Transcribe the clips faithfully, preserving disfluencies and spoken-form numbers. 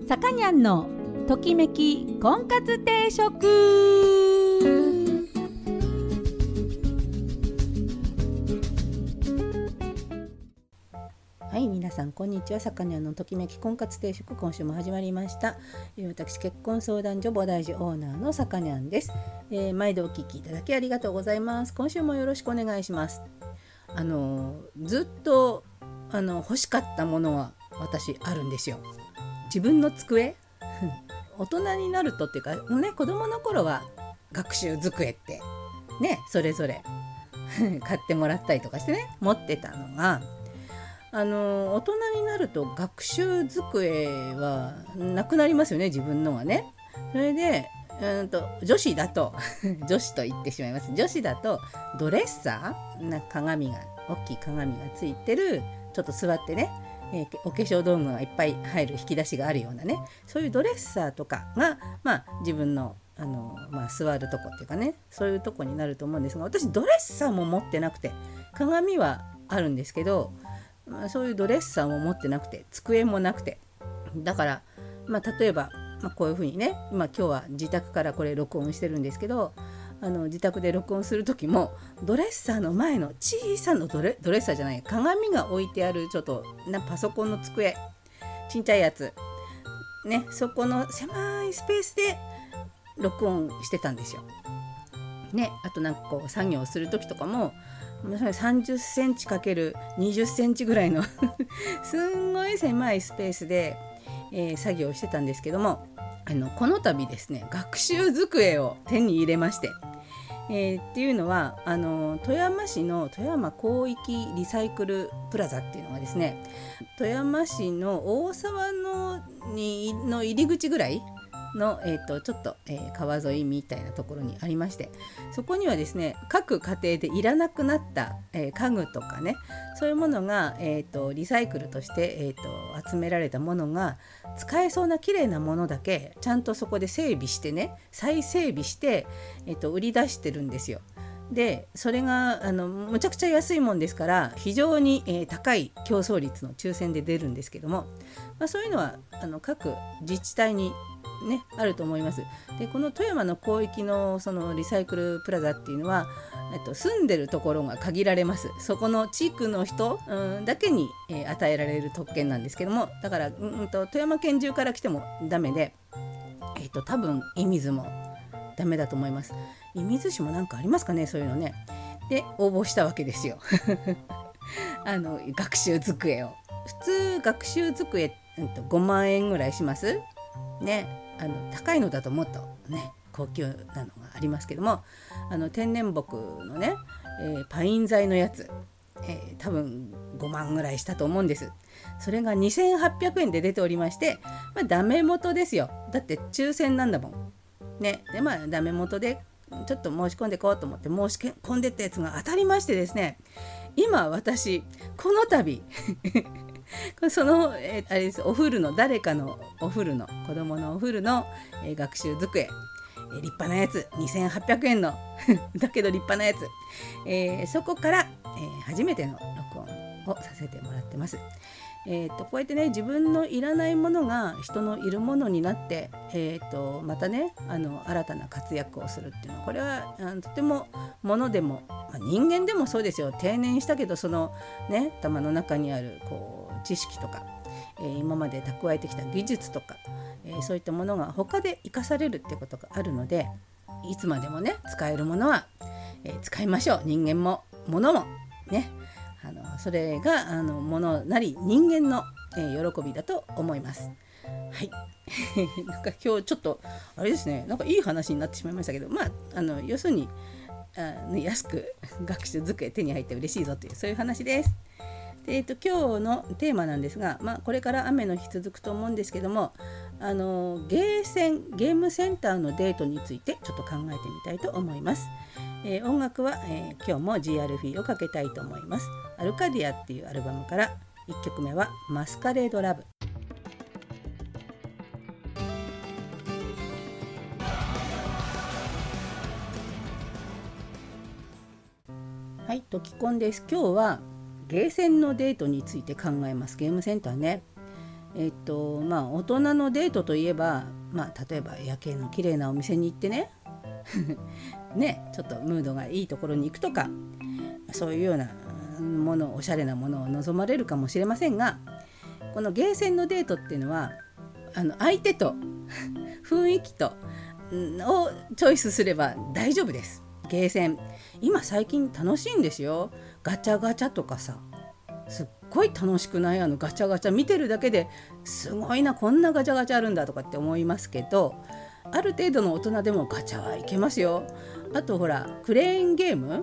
さかにゃんのときめき婚活定食。はい、皆さんこんにちは。さかにゃんのときめき婚活定食、今週も始まりました。私、結婚相談所菩提寺オーナーのさかにゃんです。えー、毎度お聞きいただきありがとうございます。今週もよろしくお願いします。あのずっとあの欲しかったものは私あるんですよ。自分の机大人になるとっていうかね、子供の頃は学習机ってね、それぞれ買ってもらったりとかしてね、持ってたのが、あの大人になると学習机はなくなりますよね、自分のはね。それでうんと女子だと女子と言ってしまいます。女子だとドレッサーな鏡が大きい鏡がついてる、ちょっと座ってね、えー、お化粧道具がいっぱい入る引き出しがあるようなね、そういうドレッサーとかが、まあ、自分の、あの、まあ、座るとこっていうかね、そういうとこになると思うんですが、私ドレッサーも持ってなくて、鏡はあるんですけど、まあ、そういうドレッサーも持ってなくて、机もなくて、だから、まあ、例えば、まあ、こういうふうにね、今今日は自宅からこれ録音してるんですけど、あの自宅で録音する時もドレッサーの前の小さなドレ、ドレッサーじゃない鏡が置いてあるちょっとなパソコンの机、ちっちゃいやつね、そこの狭いスペースで録音してたんですよね。あとなんかこう作業する時とかもさんじゅっセンチかけるにじゅっセンチぐらいのすんごい狭いスペースで、えー、作業してたんですけども、あのこの度ですね、学習机を手に入れまして、えー、っていうのはあの富山市の富山広域リサイクルプラザっていうのがですね、富山市の大沢のにの入り口ぐらいの、えー、とちょっと、えー、川沿いみたいなところにありまして、そこにはですね、各家庭でいらなくなった、えー、家具とかね、そういうものが、えー、とリサイクルとして、えー、と集められたものが使えそうな綺麗なものだけちゃんとそこで整備してね、再整備して、えー、と売り出してるんですよ。でそれがあのむちゃくちゃ安いもんですから、非常に、えー、高い競争率の抽選で出るんですけども、まあ、そういうのはあの各自治体にね、あると思います。でこの富山の広域のそのリサイクルプラザっていうのは、えっと、住んでるところが限られます。そこの地区の人、うん、だけに、えー、与えられる特権なんですけども、だから、うんと、富山県中から来てもダメで、えっと、多分射水もダメだと思います。射水市もなんかありますかね、そういうのね。で応募したわけですよあの学習机を。普通学習机、うん、とごまんえんぐらいしますね。あの高いのだともっとね高級なのがありますけども、あの天然木のね、えー、パイン材のやつ、えー、多分ごまんぐらいしたと思うんです。それがにせんはっぴゃくえんで出ておりまして、まあ、ダメ元ですよ。だって抽選なんだもんね。でまあダメ元でちょっと申し込んでこうと思って申し込んでったやつが当たりましてですね、今私この度その、えー、あれです、お風呂の誰かのお風呂の子供のお風呂の、えー、学習机、えー、立派なやつにせんはっぴゃくえんのだけど立派なやつ、えー、そこから、えー、初めての録音をさせてもらってます。えー、とこうやってね、自分のいらないものが人のいるものになって、えー、とまたね、あの新たな活躍をするっていうのは、これはあのとてもものでも、まあ、人間でもそうですよ。定年したけどそのね、頭の中にあるこう知識とか、えー、今まで蓄えてきた技術とか、えー、そういったものが他で生かされるってことがあるので、いつまでもね使えるものは、えー、使いましょう。人間も物もね、あのそれがあの物なり人間の、えー、喜びだと思います。はいなんか今日ちょっとあれですね、なんかいい話になってしまいましたけど、まああの要するにあ、ね、安く学習机手に入って嬉しいぞという、そういう話です。で、えー、と今日のテーマなんですが、まあ、これから雨の日続くと思うんですけども、あのゲーセンゲームセンターのデートについてちょっと考えてみたいと思います。えー、音楽は、えー、今日も ジーアール フィーをかけたいと思います。アルカディアっていうアルバムからいっきょくめはマスカレードラブ。はい、ときこんです。今日はゲーセンのデートについて考えます。ゲームセンターね、 えっとまあ大人のデートといえば、まあ、例えば夜景の綺麗なお店に行ってねねちょっとムードがいいところに行くとか、そういうようなもの、おしゃれなものを望まれるかもしれませんが、このゲーセンのデートっていうのはあの相手と雰囲気とをチョイスすれば大丈夫です。ゲーセン今最近楽しいんですよ。ガチャガチャとかさ、すっごい楽しくない？あのガチャガチャ見てるだけですごいな、こんなガチャガチャあるんだとかって思いますけど、ある程度の大人でもガチャはいけますよ。あとほらクレーンゲーム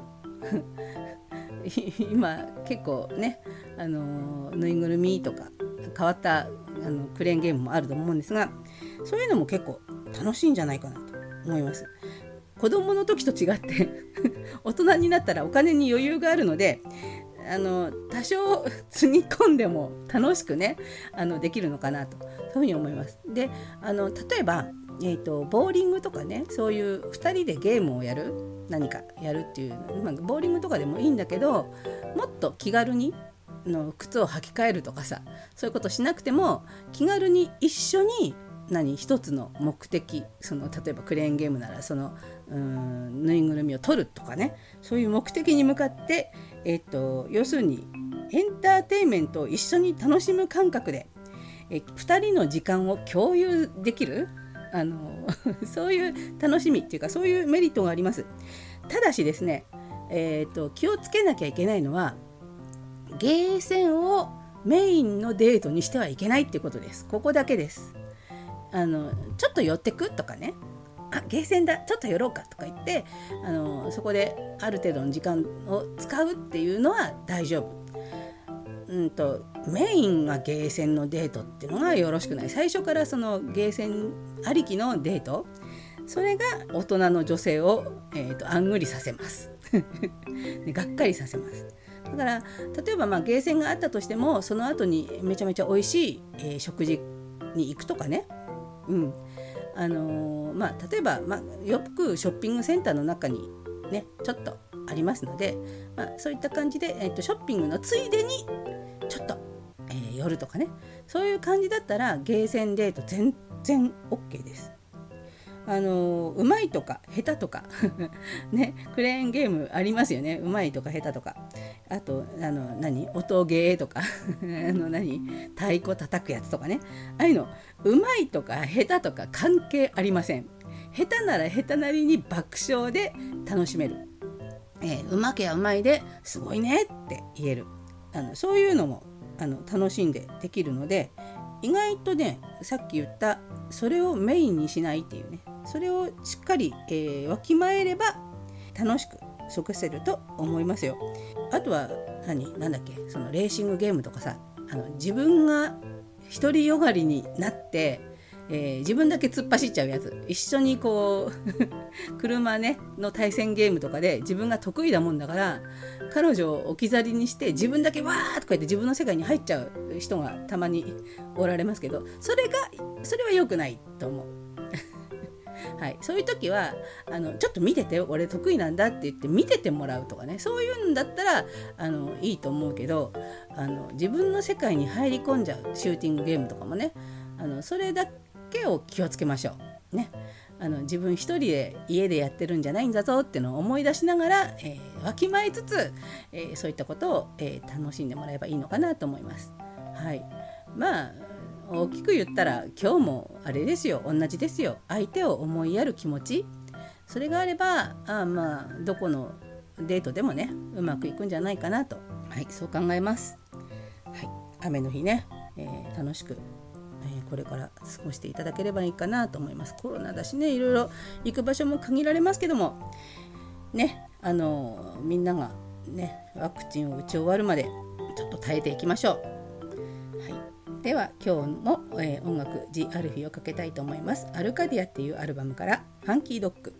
今結構ね、あのぬいぐるみとか変わったあのクレーンゲームもあると思うんですが、そういうのも結構楽しいんじゃないかなと思います。子供の時と違って大人になったらお金に余裕があるので、あの多少つぎ込んでも楽しくね、あのできるのかなと、そういうふうに思います。で、あの例えば、えーと、ボーリングとかね、そういうふたりでゲームをやる、何かやるっていう、まあ、ボーリングとかでもいいんだけど、もっと気軽にの靴を履き替えるとかさ、そういうことしなくても気軽に一緒に何一つの目的、その例えばクレーンゲームならそのうーんぬいぐるみを取るとかね、そういう目的に向かって、えっと、要するにエンターテインメントを一緒に楽しむ感覚でえふたりの時間を共有できる、あのそういう楽しみっていうか、そういうメリットがあります。ただしですね、えっと、気をつけなきゃいけないのは、ゲーセンをメインのデートにしてはいけないっていうことです。ここだけです。あのちょっと寄ってくとかね、あゲーセンだちょっと寄ろうかとか言って、あのそこである程度の時間を使うっていうのは大丈夫。うんとメインがゲーセンのデートっていうのがよろしくない。最初からそのゲーセンありきのデート、それが大人の女性を、えーと、あんぐりさせますでがっかりさせます。だから例えばまあゲーセンがあったとしても、その後にめちゃめちゃ美味しい、えー、食事に行くとかね、うんあのーまあ、例えば、まあ、よくショッピングセンターの中にねちょっとありますので、まあ、そういった感じで、えーと、ショッピングのついでにちょっと、えー、寄るとかね、そういう感じだったらゲーセンデート全然 OK です。あのうまいとか下手とかね、クレーンゲームありますよね。うまいとか下手とか、あとあの何音ゲーとかあの何太鼓叩くやつとかね、ああいうのうまいとか下手とか関係ありません。下手なら下手なりに爆笑で楽しめる、えー、うまけやうまいですごいねって言える、あのそういうのもあの楽しんでできるので、意外とね、さっき言ったそれをメインにしないっていうね、それをしっかり、えー、わきまえれば楽しく過ごせると思いますよ。あとは何なんだっけ、そのレーシングゲームとかさ、あの自分が独りよがりになって、えー、自分だけ突っ走っちゃうやつ、一緒にこう車ねの対戦ゲームとかで自分が得意だもんだから彼女を置き去りにして自分だけわーとか言って自分の世界に入っちゃう人がたまにおられますけど、それがそれは良くないと思うはい、そういう時はあのちょっと見てて、俺得意なんだって言って見ててもらうとかね、そういうんだったらあのいいと思うけど、あの自分の世界に入り込んじゃうシューティングゲームとかもね、あのそれだけを気をつけましょうね。あの自分一人で家でやってるんじゃないんだぞっていうのを思い出しながら、えー、わきまえつつ、えー、そういったことを、えー、楽しんでもらえばいいのかなと思います。はい、まあ大きく言ったら今日もあれですよ、同じですよ。相手を思いやる気持ち、それがあればあまあどこのデートでもねうまくいくんじゃないかなと、はい、そう考えます。はい、雨の日ね、えー、楽しく、えー、これから過ごしていただければいいかなと思います。コロナだしね、いろいろ行く場所も限られますけどもね、あのみんながねワクチンを打ち終わるまでちょっと耐えていきましょう。では今日も、えー、音楽ジ・アルフィをかけたいと思います。アルカディアっていうアルバムからファンキードッグ。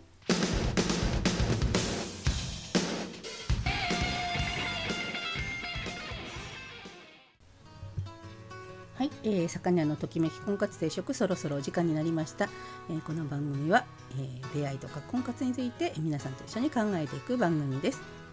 はい、えー、魚のときめき婚活定食、そろそろお時間になりました。えー、この番組は、えー、出会いとか婚活について皆さんと一緒に考えていく番組です。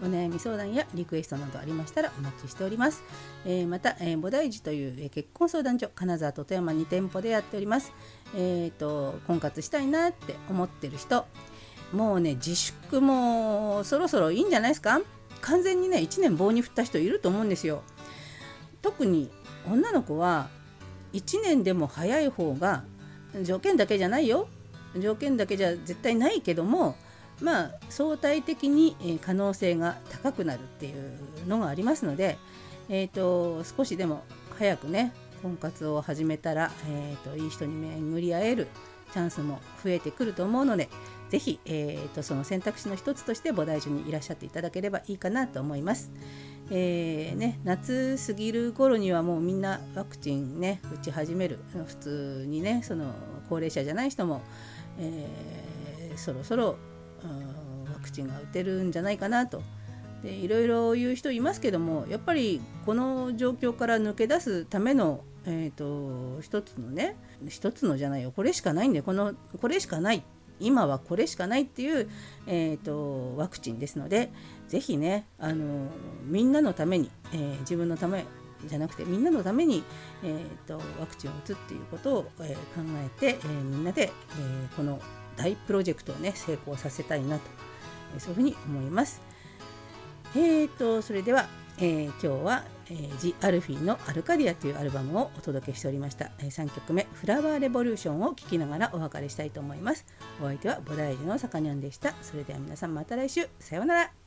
お悩み相談やリクエストなどありましたらお待ちしております。えー、また、えー、菩提寺という、えー、結婚相談所金沢と富山に店舗でやっております。えーと婚活したいなって思ってる人、もうね自粛もそろそろいいんじゃないですか。完全にねいちねん棒に振った人いると思うんですよ。特に女の子はいちねんでも早い方が、条件だけじゃないよ、条件だけじゃ絶対ないけども、まあ相対的に可能性が高くなるっていうのがありますので、えーと少しでも早くね婚活を始めたら、えーといい人に巡り合えるチャンスも増えてくると思うので、ぜひ、えーとその選択肢の一つとして菩提寺にいらっしゃっていただければいいかなと思います。えーね、夏過ぎる頃にはもうみんなワクチンね打ち始める。普通にねその高齢者じゃない人も、えー、そろそろワクチンが打てるんじゃないかなと。でいろいろ言う人いますけども、やっぱりこの状況から抜け出すための、えーと一つのね一つのじゃないよこれしかないんで、このこれしかない、今はこれしかないっていう、えーとワクチンですので、ぜひねあのみんなのために、えー、自分のためじゃなくてみんなのために、えーとワクチンを打つっていうことを、えー、考えて、えー、みんなで、えー、この大プロジェクトをね成功させたいなと、えー、そういうふうに思います。えーとそれでは、えー、今日は、えー、ジ・アルフィーのアルカディアというアルバムをお届けしておりました。えー、さんきょくめフラワーレボリューションを聴きながらお別れしたいと思います。お相手は菩提寺のさかにゃんでした。それでは皆さんまた来週、さようなら。